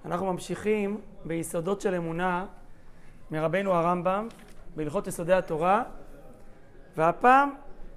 אנחנו ממשיכים ביסודות של אמונה מרבנו הרמב"ם, בהלכות יסודי התורה, והפעם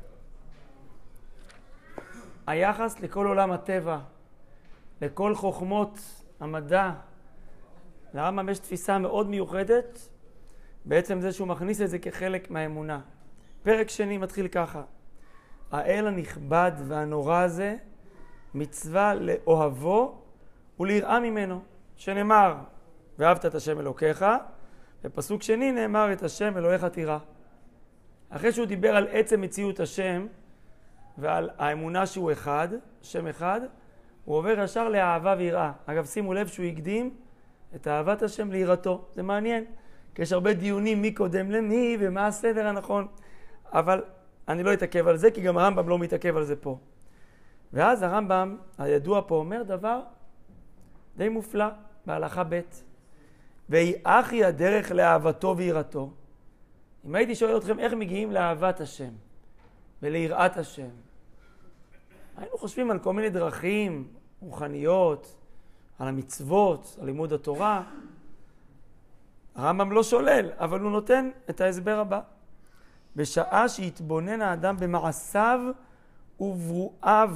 היחס לכל עולם הטבע, לכל חוכמות המדע. לרמב"ם יש תפיסה מאוד מיוחדת, בעצם זה שהוא מכניס את זה כחלק מהאמונה. פרק שני מתחיל ככה: האל הנכבד והנורא הזה, מצווה לאוהבו וליראה ממנו, שנאמר ואהבת את השם אלוקיך, בפסוק שני נאמר את השם אלוהיך תירא. אחרי שהוא דיבר על עצם מציאות השם ועל האמונה שהוא אחד, שם אחד, הוא עובר ישר לאהבה ויראה. אגב, שימו לב שהוא הקדים את אהבת השם ליראתו. זה מעניין, כי יש הרבה דיונים מי קודם למי ומה הסדר הנכון, אבל אני לא אתעכב על זה, כי גם הרמב"ם לא מתעכב על זה פה. ואז הרמב"ם הידוע פה אומר דבר די מופלא בהלכה ב': והיא אחי הדרך לאהבתו ויראתו. אם הייתי שואל אתכם איך מגיעים לאהבת השם וליראת השם, היינו חושבים על כל מיני דרכים רוחניות, על המצוות, על לימוד התורה. הרמב"ם לא שולל, אבל הוא נותן את ההסבר הבא: בשעה שיתבונן האדם במעשיו וברואיו,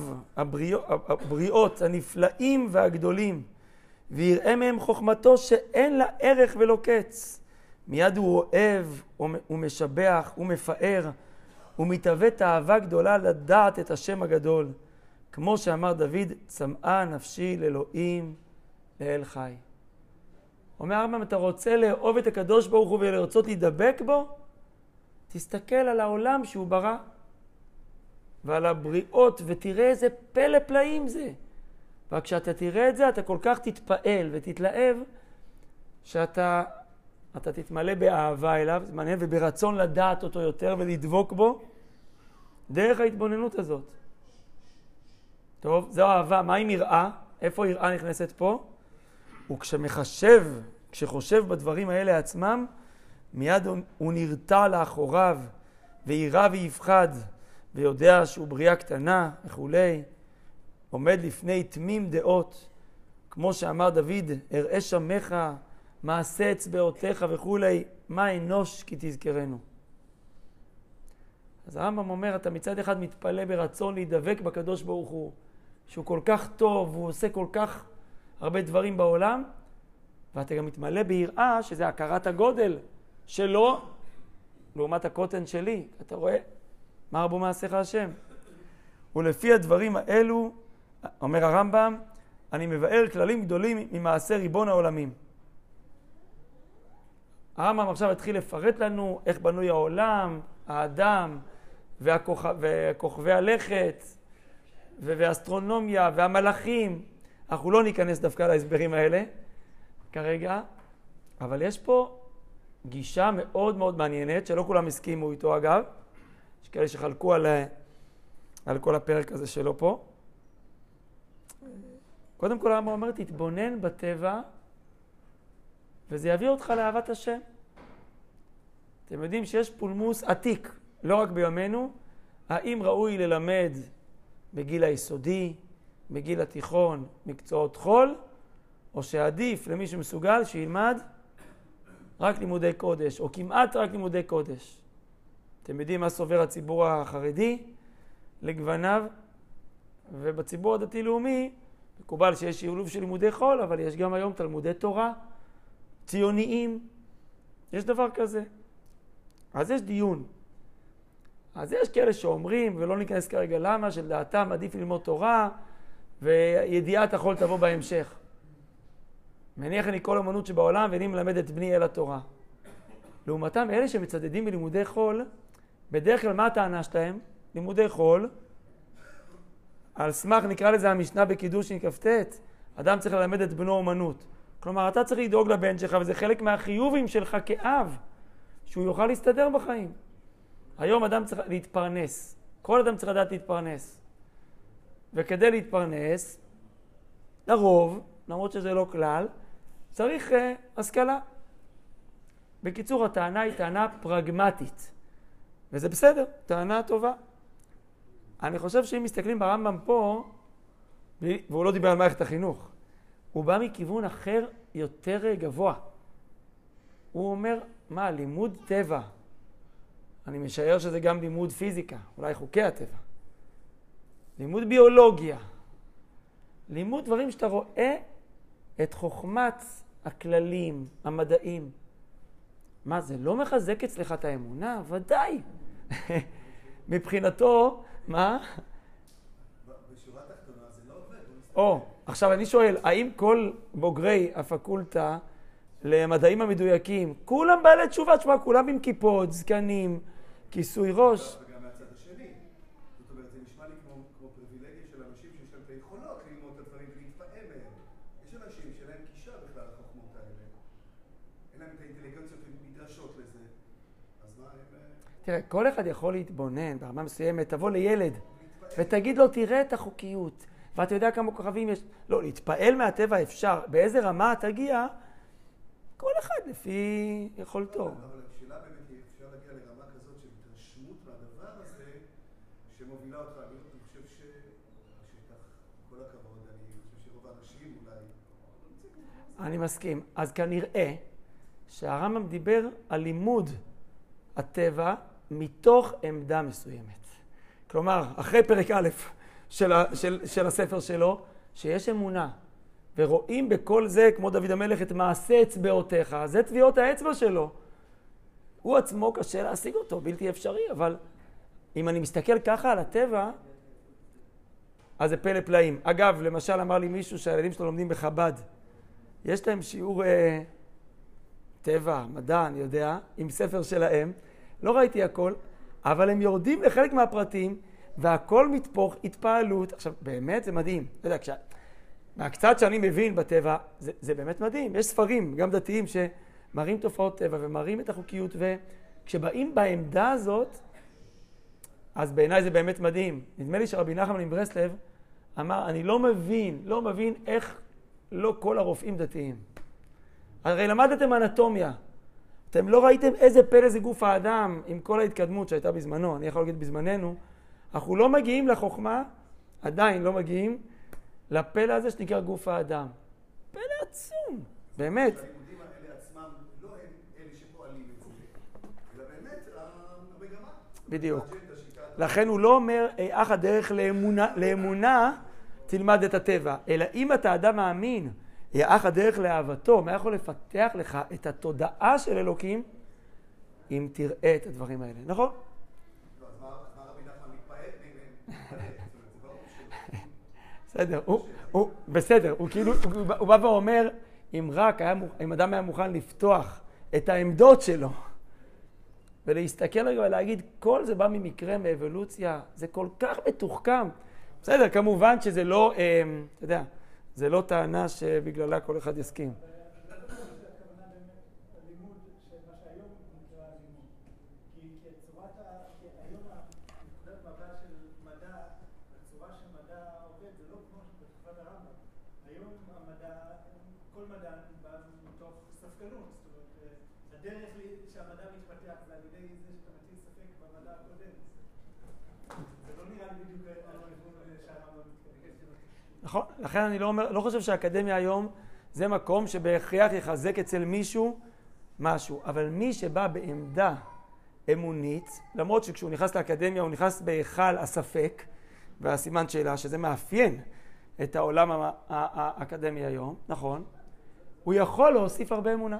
הבריאות הנפלאים והגדולים, ויראה מהם חוכמתו שאין לה ערך ולא קץ, מיד הוא אוהב ומשבח ומפאר ומתהווה תאווה גדולה לדעת את השם הגדול, כמו שאמר דוד: צמאה נפשי לאלוהים לאל חי. אומר הרמב"ם, אתה רוצה לאהוב את הקדוש ברוך הוא ולרצות להידבק בו? תסתכל על העולם שהוא ברא ועל הבריאות ותראה איזה פלא פלאים זה. וכשאתה תראה את זה אתה כל כך תתפעל ותתלהב שאתה תתמלא באהבה אליו, זה מעניין, וברצון לדעת אותו יותר ולדבוק בו דרך ההתבוננות הזאת. טוב, זו אהבה. מה עם יראה? איפה יראה נכנסת פה? כשחושב בדברים האלה עצמם, מיד הוא נרתע לאחוריו וירא ויפחד ויודע שהוא בריאה קטנה וכולי, עומד לפני תמים דעות, כמו שאמר דוד: אראה שמך מעשה אצבעותיך וכולי, מה אנוש כי תזכרנו. אז הרמב"ם אומר, אתה מצד אחד מתפלא ברצון להידבק בקדוש ברוך הוא, שהוא כל כך טוב והוא עושה כל כך הרבה דברים בעולם, ואתה גם מתמלא ביראה, שזה הכרת הגודל שלו לעומת הקוטן שלי. אתה רואה מה רבו מעשיך השם. ולפי הדברים האלו, אומר הרמב"ם, אני מבאר כללים גדולים ממעשה ריבון העולמים. הרמב"ם עכשיו התחיל לפרט לנו איך בנוי העולם, האדם וכוכבי הלכת והאסטרונומיה והמלאכים. אנחנו לא ניכנס דווקא להסברים האלה כרגע, אבל יש פה גישה מאוד מאוד מעניינת שלא כולם הסכימו איתו. אגב, יש כאלה שחלקו על כל הפרק הזה שלו פה. קודם כל הרמב"ם אומר, תתבונן בטבע וזה יביא אותך לאהבת השם. אתם יודעים שיש פולמוס עתיק, לא רק בימינו, האם ראוי ללמד בגיל היסודי, בגיל התיכון, מקצועות חול, או שעדיף למי שמסוגל שילמד רק לימודי קודש, או כמעט רק לימודי קודש. אתם יודעים מה סובר הציבור החרדי לגווניו, ובציבור הדתי-לאומי מקובל שיש שילוב של לימודי חול, אבל יש גם היום תלמודי תורה ציוניים. יש דבר כזה. אז יש דיון. אז יש כאלה שאומרים, ולא ניכנס כרגע למה, שלדעתם עדיף ללמוד תורה, וידיעת החול תבוא בהמשך. מניח אני כל אמנות שבעולם ואני מלמד את בני אל התורה. לעומתם, אלה שמצדדים בלימודי חול, בדרך כלל מה הטענה שלהם? לימודי חול, על סמך, נקרא לזה המשנה בקידושין כ"ט, אדם צריך ללמד את בנו אומנות. כלומר, אתה צריך לדאוג לבן שלך, וזה חלק מהחיובים שלך כאב, שהוא יוכל להסתדר בחיים. היום אדם צריך להתפרנס. כל אדם צריך לדעת להתפרנס. וכדי להתפרנס, לרוב, למרות שזה לא כלל, צריך השכלה. בקיצור, הטענה היא טענה פרגמטית. וזה בסדר, טענה טובה. אני חושב שאם מסתכלים ברמב"ם פה, והוא לא דיבר על מערכת החינוך, הוא בא מכיוון אחר יותר גבוה. הוא אומר, מה, לימוד טבע. אני משער שזה גם לימוד פיזיקה, אולי חוקי הטבע. לימוד ביולוגיה. לימוד דברים שאתה רואה את חוכמת הכללים, המדעים. מה, זה לא מחזק אצלך את האמונה? ודאי. מבחינתו, מה? בשורה התחתונה זה לא עובד. עכשיו אני שואל, האם כל בוגרי הפקולטה למדעים המדויקים, כולם בעלי תשובה, כולם עם כיפות, זקנים, כיסוי ראש? וגם מהצד השני. זאת אומרת, זה נשמע לי כמו פריבילגיה של אנשים שיש להם את היכולות ללמוד את הדברים ולהתפעם מהם. יש אנשים שלהם גישה בכלל לחוכמות האלה. אין להם את האינטליגנציות המדרשות לזה. אז מה הם... תראה, כל אחד יכול להתבונן ברמה מסוימת, תבוא לילד ותגיד לו, תראה את החוקיות. ואתה יודע כמה כוכבים יש. לא, להתפעל מהטבע אפשר. באיזה רמה תגיע? כל אחד לפי יכולתו. אבל השאלה באמת היא, אפשר להגיע לרמה כזאת של התרשמות מהדבר הזה, שמובילה אותך. אני חושב ששטח, כל הכבוד, אני חושב שרוב האנשים אולי... אני מסכים. אז כנראה שהרמב"ם דיבר על לימוד הטבע מתוך עמדה מסוימת. כלומר, אחרי פרק א' של הספר שלו, שיש אמונה. ורואים בכל זה, כמו דוד המלך, את מעשה אצבעותיך. זה טביעות האצבע שלו. הוא עצמו קשה להשיג אותו, בלתי אפשרי, אבל אם אני מסתכל ככה על הטבע, אז זה פלא פלאים. אגב, למשל אמר לי מישהו שהילדים שלו לומדים בחב"ד. יש להם שיעור טבע, מדע, אני יודע, עם ספר שלהם. לא ראיתי הכל, אבל הם יורדים לחלק מהפרטים, והכל מתפוך התפעלות. עכשיו, באמת זה מדהים. אתה יודע, מהקצת שאני מבין בטבע, זה באמת מדהים. יש ספרים, גם דתיים, שמראים תופעות טבע ומראים את החוקיות, וכשבאים בעמדה הזאת, אז בעיניי זה באמת מדהים. נדמה לי שרבי נחמן מברסלב אמר, אני לא מבין איך לא כל הרופאים דתיים. הרי למדתם אנטומיה. אתם לא ראיתם איזה פלא זה גוף האדם עם כל ההתקדמות שהייתה בזמנו. אני יכול להגיד בזמננו. אנחנו לא מגיעים לחוכמה, עדיין לא מגיעים, לפלא הזה שנקרא גוף האדם. פלא עצום, באמת. הלימודים האלה עצמם לא הם אלה שפועלים את זה, אלא באמת המגמה. בדיוק. לכן הוא לא אומר, אך הדרך לאמונה תלמד את הטבע, אלא אם אתה אדם מאמין, אך הדרך לאהבתו, מה יכול לפתח לך את התודעה של אלוקים, אם תראה את הדברים האלה, נכון? לא, אז מה רבי נחמן מתפעל? בסדר, בסדר, הוא בא ואומר, אם אדם היה מוכן לפתוח את העמדות שלו, ולהסתכל רגע ולהגיד, כל זה בא ממקרה, מאבולוציה, זה כל כך מתוחכם. בסדר, כמובן שזה לא, אתה יודע, זה לא טענה שבגללה כל אחד יסכים. נכון? לכן אני לא חושב שהאקדמיה היום זה מקום שבהכרח יחזק אצל מישהו משהו. אבל מי שבא בעמדה אמונית, למרות שכשהוא נכנס לאקדמיה הוא נכנס בהיכל הספק והסימן שאלה, שזה מאפיין את העולם האקדמי היום, נכון? הוא יכול להוסיף הרבה אמונה.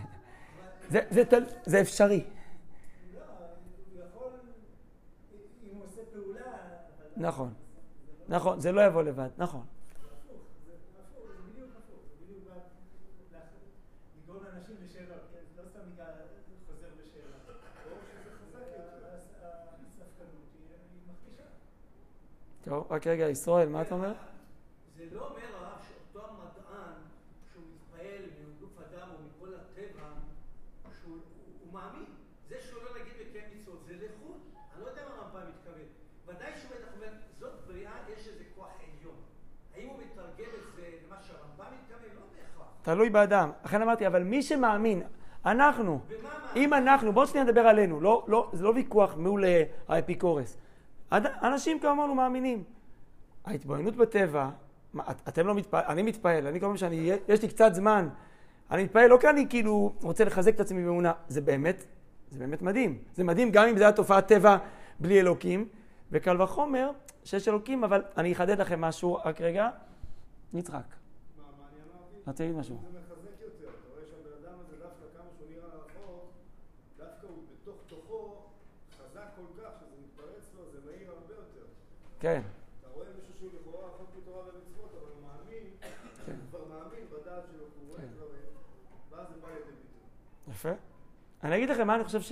זה אפשרי. הוא יכול, אם הוא עושה פעולה... נכון. נכון, זה לא יבוא לבד, נכון. זה בדיוק הפוך, זה בדיוק בא לגרום לאנשים לשאלות, לא סתם חוזר בשאלה. או שזה חזק, הספקנות היא מכפישה. טוב, רק רגע, ישראל, מה אתה אומר? זה לא אומר הרב שאותו המדען, שהוא מתפעל מגוף אדם או מכל הטבע, שהוא מאמין. זה שהוא לא נגיד בקיים מצוות, זה לחוד. אני לא יודע מה הרמב"ם מתכוון. ודאי שהוא בטח אומר, זאת בריאה, יש איזה כוח עליון. האם הוא מתרגם את זה למה שהרמב"ם מתכוון? לא בהכרח. תלוי באדם. לכן אמרתי, אבל מי שמאמין, אנחנו, אם אנחנו, בואו שנייה נדבר עלינו, זה לא ויכוח מול האפיקורס. אנשים כמובן מאמינים. ההתבוננות בטבע אתם לא מתפעל, אני מתפעל, אני כל פעם יש לי קצת זמן, אני מתפעל לא כי אני כאילו רוצה לחזק את עצמי באמונה, זה באמת מדהים. זה מדהים גם אם זה היה תופעת טבע בלי אלוקים, וקל וחומר שיש אלוקים, אבל אני אחדד לכם משהו, רק רגע, נצחק. מה אני אמרתי? רציתי להגיד משהו. זה מחזק יותר, אתה רואה שהבן אדם הזה דווקא כמה שהוא נראה רחוק, דווקא הוא בתוך תוכו חזק כל כך, שזה מתפרץ לו, זה מהיר הרבה יותר. כן. אתה רואה מישהו שהוא לכאורה רחוק מתורה ומצוות, אבל הוא מאמין, הוא כבר מאמין בדעת שלו, הוא רואה דברים, ואז זה בא לידי ביטוי. יפה. אני אגיד לכם מה אני חושב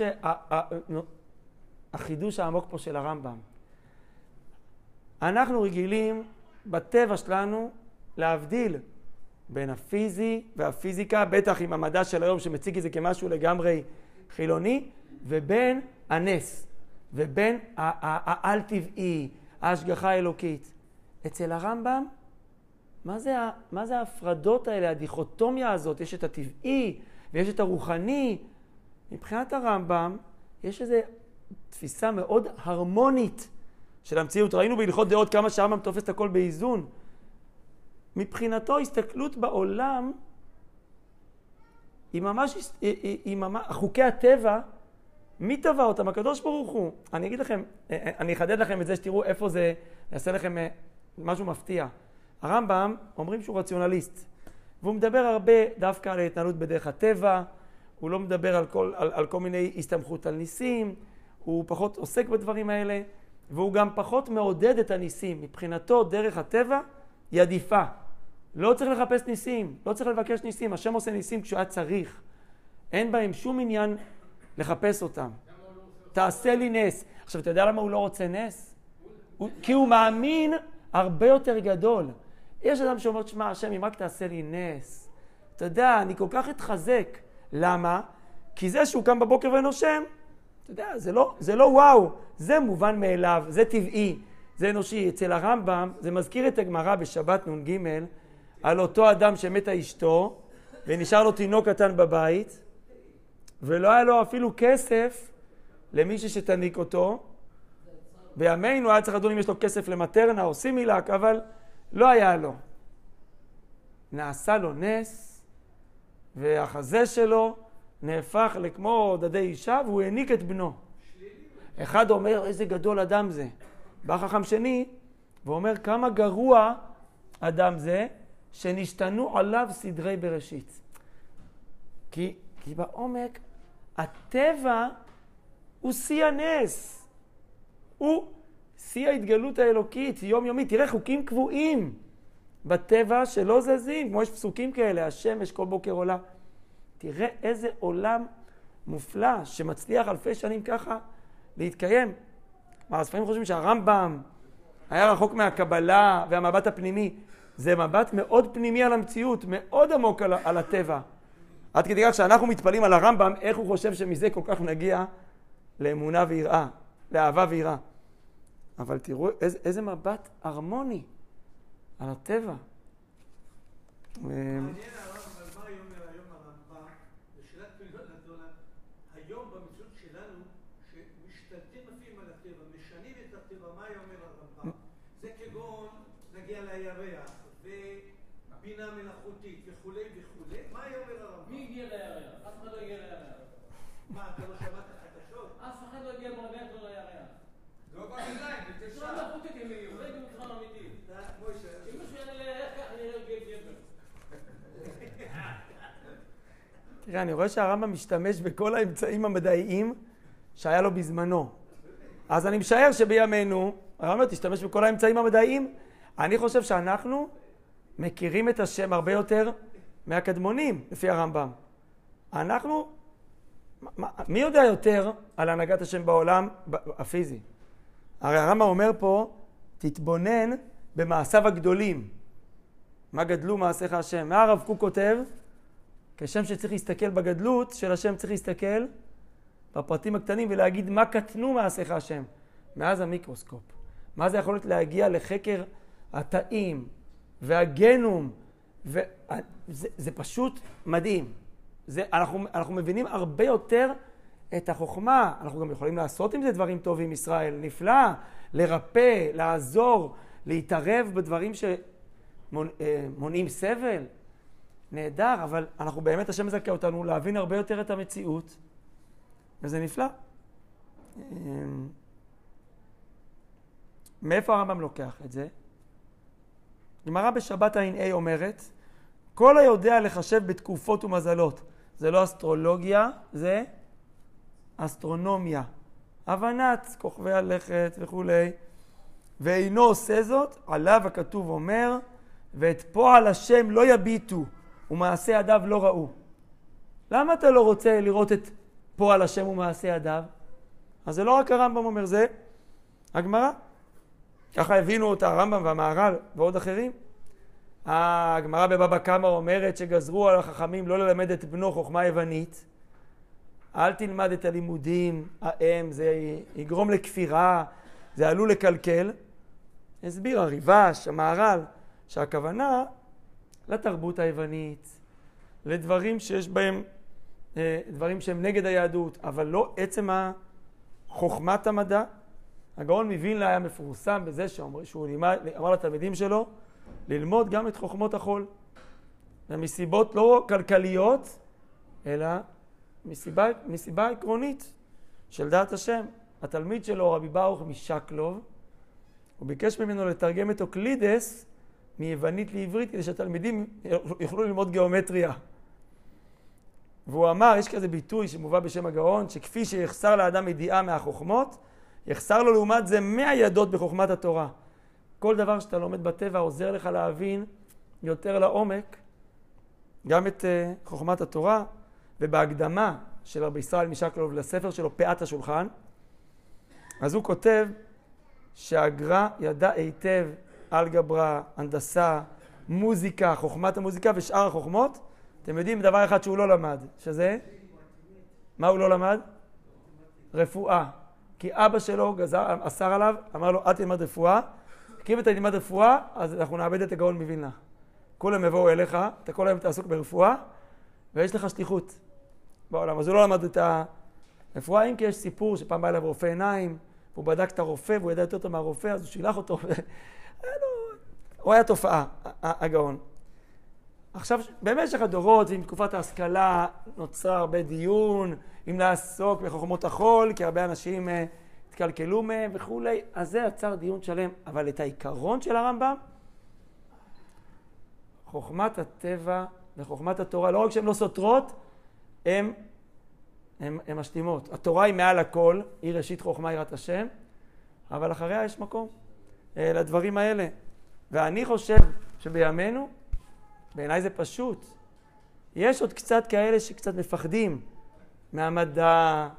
שהחידוש העמוק פה של הרמב"ם. אנחנו רגילים בטבע שלנו להבדיל בין הפיזי והפיזיקה, בטח עם המדע של היום שמציג את זה כמשהו לגמרי חילוני, ובין הנס, ובין העל-טבעי, ההשגחה האלוקית. אצל הרמב"ם, מה זה ההפרדות האלה, הדיכוטומיה הזאת? יש את הטבעי ויש את הרוחני. מבחינת הרמב"ם, יש איזו תפיסה מאוד הרמונית של המציאות. ראינו בהלכות דעות כמה שהרמב"ם תופס את הכל באיזון. מבחינתו, הסתכלות בעולם היא ממש, חוקי הטבע, מי טבע אותם? הקדוש ברוך הוא. אני אגיד לכם, אני אחדד לכם את זה שתראו איפה זה, יעשה לכם משהו מפתיע. הרמב"ם אומרים שהוא רציונליסט, והוא מדבר הרבה דווקא על ההתנהלות בדרך הטבע, הוא לא מדבר על כל מיני הסתמכות על ניסים, הוא פחות עוסק בדברים האלה, והוא גם פחות מעודד את הניסים. מבחינתו, דרך הטבע היא עדיפה. לא צריך לחפש ניסים, לא צריך לבקש ניסים. השם עושה ניסים כשהוא היה צריך. אין בהם שום עניין לחפש אותם. תעשה לי נס. עכשיו, אתה יודע למה הוא לא רוצה נס? כי הוא מאמין הרבה יותר גדול. יש אדם שאומר, שמע, השם, אם רק תעשה לי נס. אתה יודע, אני כל כך אתחזק. למה? כי זה שהוא קם בבוקר ונושם, אתה יודע, זה לא וואו, זה מובן מאליו, זה טבעי, זה אנושי. אצל הרמב"ם, זה מזכיר את הגמרא בשבת נ"ג, על אותו אדם שמתה אשתו, ונשאר לו תינוק קטן בבית, ולא היה לו אפילו כסף למישהו שתניק אותו. בימינו היה צריך לדון אם יש לו כסף למטרנה או סימילק, אבל לא היה לו. נעשה לו נס, והחזה שלו נהפך לכמו דדי אישה, והוא העניק את בנו. אחד אומר, איזה גדול אדם זה. בא חכם שני, ואומר, כמה גרוע אדם זה, שנשתנו עליו סדרי בראשית. כי בעומק, הטבע הוא שיא הנס. הוא שיא ההתגלות האלוקית, יומיומית. תראה, חוקים קבועים בטבע שלא זזים, כמו יש פסוקים כאלה, השמש כל בוקר עולה. תראה איזה עולם מופלא שמצליח אלפי שנים ככה להתקיים. הספרים חושבים שהרמב"ם היה רחוק מהקבלה והמבט הפנימי. זה מבט מאוד פנימי על המציאות, מאוד עמוק על הטבע. עד כדי כך שאנחנו מתפלאים על הרמב"ם, איך הוא חושב שמזה כל כך נגיע לאמונה ויראה, לאהבה ויראה. אבל תראו איזה מבט הרמוני על הטבע. מעניין הרב, אבל מה היום הרמב"ם? בשאלת מילות גדולה, היום במציאות שלנו, שמשתלטים אפילו על הטבע, משנים את הטבע, מה היום הרמב"ם? זה כגון נגיע לירח, ובינה מלאכותית וכולי וכולי. מה היום הרמב"ם? מי הגיע לירח? אף אחד לא הגיע לירח. מה, אתה לא שמעת חדשות? אף אחד לא הגיע באמת לא לירח. לא בגליים, בתשע. לא מלאכותית הם יהיו, זה מבחן אמיתי. מוישה. אם מישהו יענה לירח ככה נראה גבר. תראה, אני רואה שהרמב"ם משתמש בכל האמצעים המדעיים שהיה לו בזמנו. אז אני משער שבימינו, הרמב"ם תשתמש בכל האמצעים המדעיים. אני חושב שאנחנו מכירים את השם הרבה יותר מהקדמונים, לפי הרמב"ם. אנחנו, מי יודע יותר על הנהגת השם בעולם הפיזי? הרי הרמב"ם אומר פה, תתבונן במעשיו הגדולים. מה גדלו מעשיך השם? מה הרב קוק כותב? כשם שצריך להסתכל בגדלות של השם, צריך להסתכל בפרטים הקטנים ולהגיד מה קטנו מעשיך השם. מאז המיקרוסקופ. מה זה יכול להיות להגיע לחקר התאים והגנום. זה פשוט מדהים. אנחנו מבינים הרבה יותר את החוכמה. אנחנו גם יכולים לעשות עם זה דברים טובים, ישראל. נפלא, לרפא, לעזור, להתערב בדברים מונעים סבל, נהדר, אבל אנחנו באמת, השם מזכה אותנו להבין הרבה יותר את המציאות, וזה נפלא. מאיפה הרמב"ם לוקח את זה? גמרא בשבת ע"א אומרת, כל היודע לחשב בתקופות ומזלות, זה לא אסטרולוגיה, זה אסטרונומיה. הבנת כוכבי הלכת וכו'. ואינו עושה זאת, עליו הכתוב אומר, ואת פועל השם לא יביטו, ומעשה ידיו לא ראו. למה אתה לא רוצה לראות את פועל השם ומעשה ידיו? אז זה לא רק הרמב"ם אומר, זה הגמרא. ככה הבינו אותה הרמב"ם והמהר"ל ועוד אחרים. הגמרא בבבא קמא אומרת שגזרו על החכמים לא ללמד את בנו חוכמה יוונית. אל תלמד את הלימודים ההם, זה יגרום לכפירה, זה עלול לקלקל. הסביר הריב"ש, המהר"ל, שהכוונה לתרבות היוונית, לדברים שיש בהם, דברים שהם נגד היהדות, אבל לא עצם חוכמת המדע. הגאון מווילנה היה מפורסם בזה שהוא אמר לתלמידים שלו ללמוד גם את חוכמות החול. מסיבות לא כלכליות, אלא מסיבה עקרונית של דעת השם. התלמיד שלו, רבי ברוך משקלוב, הוא ביקש ממנו לתרגם את אוקלידס מיוונית לעברית, כדי שהתלמידים יוכלו ללמוד גיאומטריה. והוא אמר, יש כזה ביטוי שמובא בשם הגאון, שכפי שיחסר לאדם ידיעה מהחוכמות, יחסר לו לעומת זה 100 ידות בחוכמת התורה. כל דבר שאתה לומד בטבע עוזר לך להבין יותר לעומק גם את חוכמת התורה. ובהקדמה של רבי ישראל משקלוב לספר שלו, פאת השולחן, אז הוא כותב שהגר"א ידע היטב אלגברה, הנדסה, מוזיקה, חוכמת המוזיקה ושאר החוכמות. אתם יודעים דבר אחד שהוא לא למד, שזה? מה הוא לא למד? רפואה. כי אבא שלו אסר עליו, אמר לו, אל תלמד רפואה. כי אם אתה תלמד רפואה, אז אנחנו נאבד את הגאון מווילנה. כולם יבואו אליך, אתה כל היום תעסוק ברפואה, ויש לך שליחות בעולם. אז הוא לא למד את הרפואה, אם כי יש סיפור שפעם בא אליו רופא עיניים, והוא בדק את הרופא, והוא ידע יותר טוב מהרופא, אז הוא שילח אותו. הוא היה תופעה, הגאון. עכשיו, במשך הדורות, עם תקופת ההשכלה, נוצר הרבה דיון, אם לעסוק בחוכמות החול, כי הרבה אנשים התקלקלו מהם וכו'. אז זה יצר דיון שלם. אבל את העיקרון של הרמב"ם, חוכמת הטבע וחוכמת התורה, לא רק שהן לא סותרות, הן משלימות. התורה היא מעל הכל, היא ראשית חוכמה יראת השם, אבל אחריה יש מקום לדברים האלה. ואני חושב שבימינו, בעיניי זה פשוט. יש עוד קצת כאלה שקצת מפחדים מהמדע,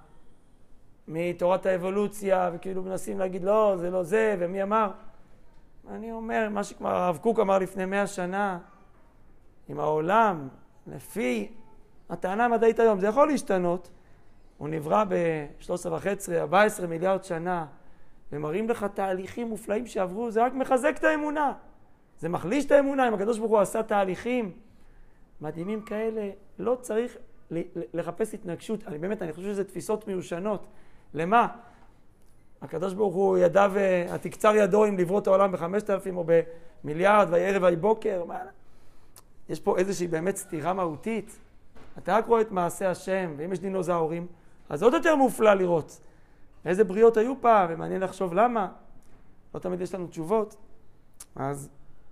מתורת האבולוציה, וכאילו מנסים להגיד לא, זה לא זה, ומי אמר? אני אומר, מה שכבר הרב קוק אמר לפני 100 שנה, עם העולם, לפי הטענה המדעית היום, זה יכול להשתנות. הוא נברא ב-13.5, 14 מיליארד שנה, ומראים לך תהליכים מופלאים שעברו, זה רק מחזק את האמונה. זה מחליש את האמונה, אם הקדוש ברוך הוא עשה תהליכים מדהימים כאלה, לא צריך לחפש התנגשות. אני חושב שזה תפיסות מיושנות. למה? הקדוש ברוך הוא ידע והתקצר ידו אם לברוא את העולם ב5,000 או במיליארד, ויערב ויהי בוקר. יש פה איזושהי באמת סתירה מהותית. אתה רק רואה את מעשה השם, ואם יש דינוזאורים, אז עוד יותר מופלא לראות. איזה בריאות היו פעם, ומעניין לחשוב למה. לא תמיד יש לנו תשובות. אז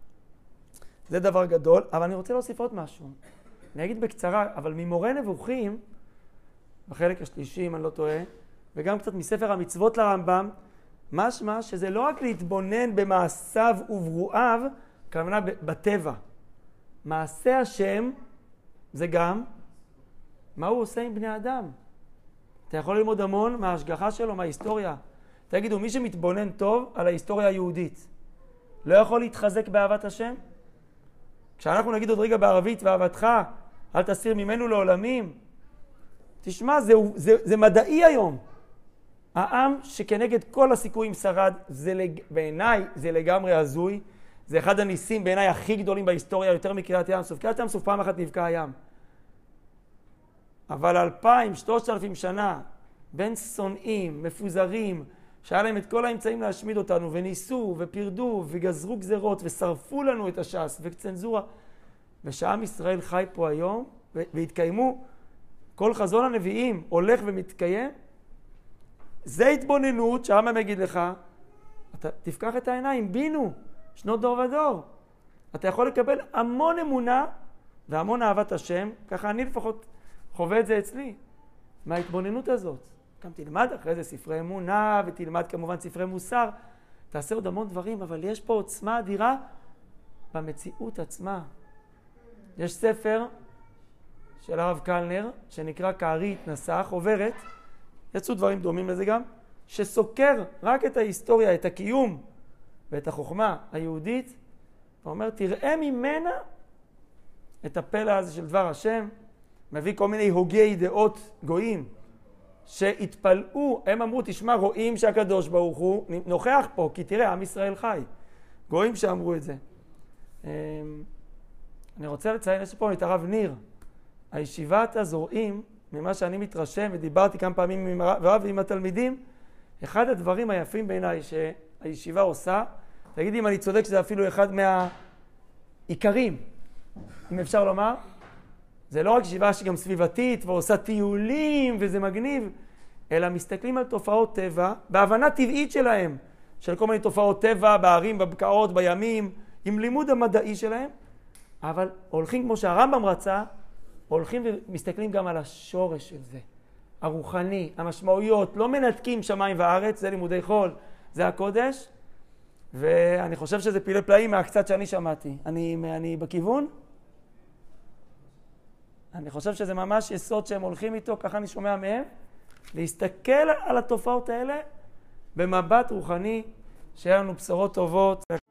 זה דבר גדול, אבל אני רוצה להוסיף עוד משהו. אני אגיד בקצרה, אבל ממורה נבוכים, בחלק השלישי, אם אני לא טועה, וגם קצת מספר המצוות לרמב"ם, משמע שזה לא רק להתבונן במעשיו וברואיו, כמובן בטבע. מעשה השם זה גם מה הוא עושה עם בני אדם. אתה יכול ללמוד המון מההשגחה שלו, מההיסטוריה. תגידו, מי שמתבונן טוב על ההיסטוריה היהודית, לא יכול להתחזק באהבת השם? כשאנחנו נגיד עוד רגע בערבית, ואהבתך, אל תסיר ממנו לעולמים. תשמע, זה מדעי היום. העם שכנגד כל הסיכויים שרד, בעיניי זה לגמרי הזוי. זה אחד הניסים בעיניי הכי גדולים בהיסטוריה, יותר מקריאת ים סוף. קריאת ים סוף פעם אחת נבקע הים. אבל 2,000, 3,000 שנה, בין שונאים, מפוזרים, שהיה להם את כל האמצעים להשמיד אותנו, וניסו, ופרדו, וגזרו גזרות, ושרפו לנו את הש"ס, וצנזורה. ושעם ישראל חי פה היום, והתקיימו, כל חזון הנביאים הולך ומתקיים, זה התבוננות שהרמב"ם יגיד לך, אתה תפקח את העיניים, בינו, שנות דור ודור. אתה יכול לקבל המון אמונה והמון אהבת השם, ככה אני לפחות חווה את זה אצלי, מההתבוננות הזאת. גם תלמד אחרי זה ספרי אמונה, ותלמד כמובן ספרי מוסר, תעשה עוד המון דברים, אבל יש פה עוצמה אדירה במציאות עצמה. יש ספר של הרב קלנר, שנקרא כארי התנסח, עוברת, יצאו דברים דומים לזה גם, שסוקר רק את ההיסטוריה, את הקיום ואת החוכמה היהודית, ואומר, תראה ממנה את הפלא הזה של דבר השם, מביא כל מיני הוגי דעות גויים, שהתפלאו, הם אמרו, תשמע, רואים שהקדוש ברוך הוא נוכח פה, כי תראה, עם ישראל חי. גויים שאמרו את זה. אני רוצה לציין, יש פה את הרב ניר. הישיבת הזורעים, ממה שאני מתרשם, ודיברתי כמה פעמים עם הרב ועם התלמידים, אחד הדברים היפים בעיניי שהישיבה עושה, תגיד אם אני צודק שזה אפילו אחד מהעיקרים, אם אפשר לומר, זה לא רק ישיבה שגם סביבתית ועושה טיולים וזה מגניב, אלא מסתכלים על תופעות טבע, בהבנה טבעית שלהם, של כל מיני תופעות טבע, בערים, בבקעות, בימים, עם לימוד המדעי שלהם, אבל הולכים כמו שהרמב"ם רצה, הולכים ומסתכלים גם על השורש של זה, הרוחני, המשמעויות, לא מנתקים שמיים וארץ, זה לימודי חול, זה הקודש, ואני חושב שזה פילי פלאים מהקצת שאני שמעתי. אני בכיוון? אני חושב שזה ממש יסוד שהם הולכים איתו, ככה אני שומע מהם, להסתכל על התופעות האלה במבט רוחני, שיהיה לנו בשורות טובות.